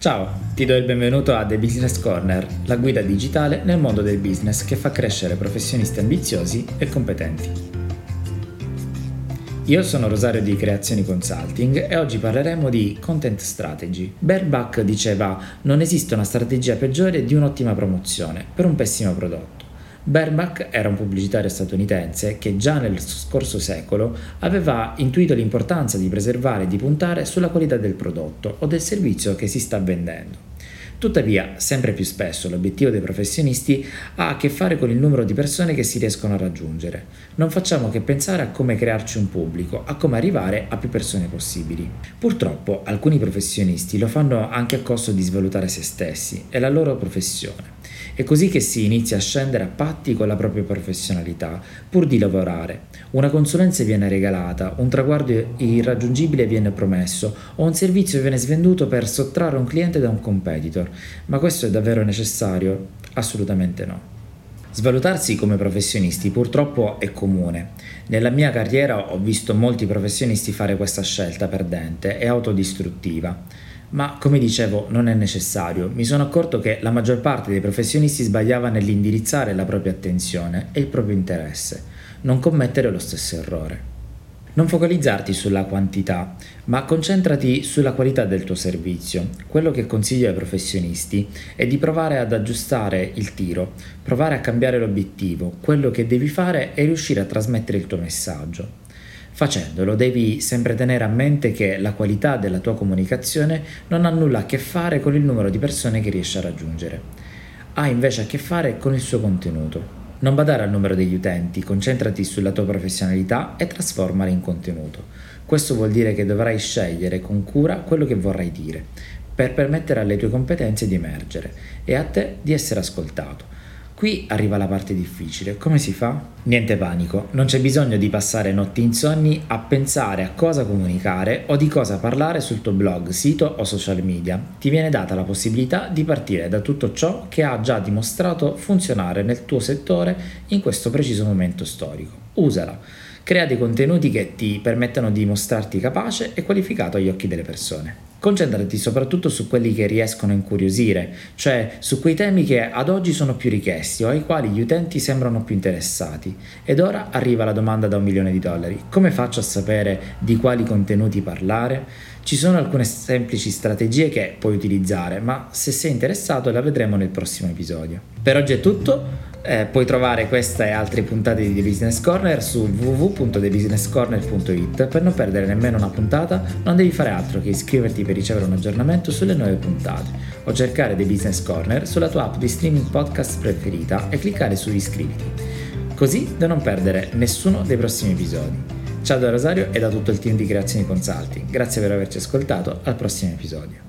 Ciao, ti do il benvenuto a The Business Corner, la guida digitale nel mondo del business che fa crescere professionisti ambiziosi e competenti. Io sono Rosario di Creazioni Consulting e oggi parleremo di Content Strategy. Bear diceva: non esiste una strategia peggiore di un'ottima promozione per un pessimo prodotto. Bear era un pubblicitario statunitense che già nel scorso secolo aveva intuito l'importanza di preservare e di puntare sulla qualità del prodotto o del servizio che si sta vendendo. Tuttavia, sempre più spesso l'obiettivo dei professionisti ha a che fare con il numero di persone che si riescono a raggiungere. Non facciamo che pensare a come crearci un pubblico, a come arrivare a più persone possibili. Purtroppo alcuni professionisti lo fanno anche a costo di svalutare se stessi e la loro professione. È così che si inizia a scendere a patti con la propria professionalità, pur di lavorare. Una consulenza viene regalata, un traguardo irraggiungibile viene promesso o un servizio viene svenduto per sottrarre un cliente da un competitor. Ma questo è davvero necessario? Assolutamente no. Svalutarsi come professionisti purtroppo è comune. Nella mia carriera ho visto molti professionisti fare questa scelta perdente e autodistruttiva. Ma come dicevo, non è necessario. Mi sono accorto che la maggior parte dei professionisti sbagliava nell'indirizzare la propria attenzione e il proprio interesse. Non commettere lo stesso errore. Non focalizzarti sulla quantità, ma concentrati sulla qualità del tuo servizio. Quello che consiglio ai professionisti è di provare ad aggiustare il tiro, provare a cambiare l'obiettivo. Quello che devi fare è riuscire a trasmettere il tuo messaggio. Facendolo devi sempre tenere a mente che la qualità della tua comunicazione non ha nulla a che fare con il numero di persone che riesci a raggiungere. Ha invece a che fare con il suo contenuto. Non badare al numero degli utenti, concentrati sulla tua professionalità e trasformala in contenuto. Questo vuol dire che dovrai scegliere con cura quello che vorrai dire, per permettere alle tue competenze di emergere e a te di essere ascoltato. Qui arriva la parte difficile. Come si fa? Niente panico, non c'è bisogno di passare notti insonni a pensare a cosa comunicare o di cosa parlare sul tuo blog, sito o social media. Ti viene data la possibilità di partire da tutto ciò che ha già dimostrato funzionare nel tuo settore in questo preciso momento storico. Usala. Crea dei contenuti che ti permettano di mostrarti capace e qualificato agli occhi delle persone. Concentrati soprattutto su quelli che riescono a incuriosire, cioè su quei temi che ad oggi sono più richiesti o ai quali gli utenti sembrano più interessati. Ed ora arriva la domanda da $1.000.000. Come faccio a sapere di quali contenuti parlare? Ci sono alcune semplici strategie che puoi utilizzare, ma se sei interessato la vedremo nel prossimo episodio. Per oggi è tutto. Puoi trovare questa e altre puntate di The Business Corner su www.thebusinesscorner.it. Per non perdere nemmeno una puntata non devi fare altro che iscriverti per ricevere un aggiornamento sulle nuove puntate o cercare The Business Corner sulla tua app di streaming podcast preferita e cliccare su iscriviti, così da non perdere nessuno dei prossimi episodi. Ciao da Rosario e da tutto il team di Creazioni Consulting, grazie per averci ascoltato, al prossimo episodio.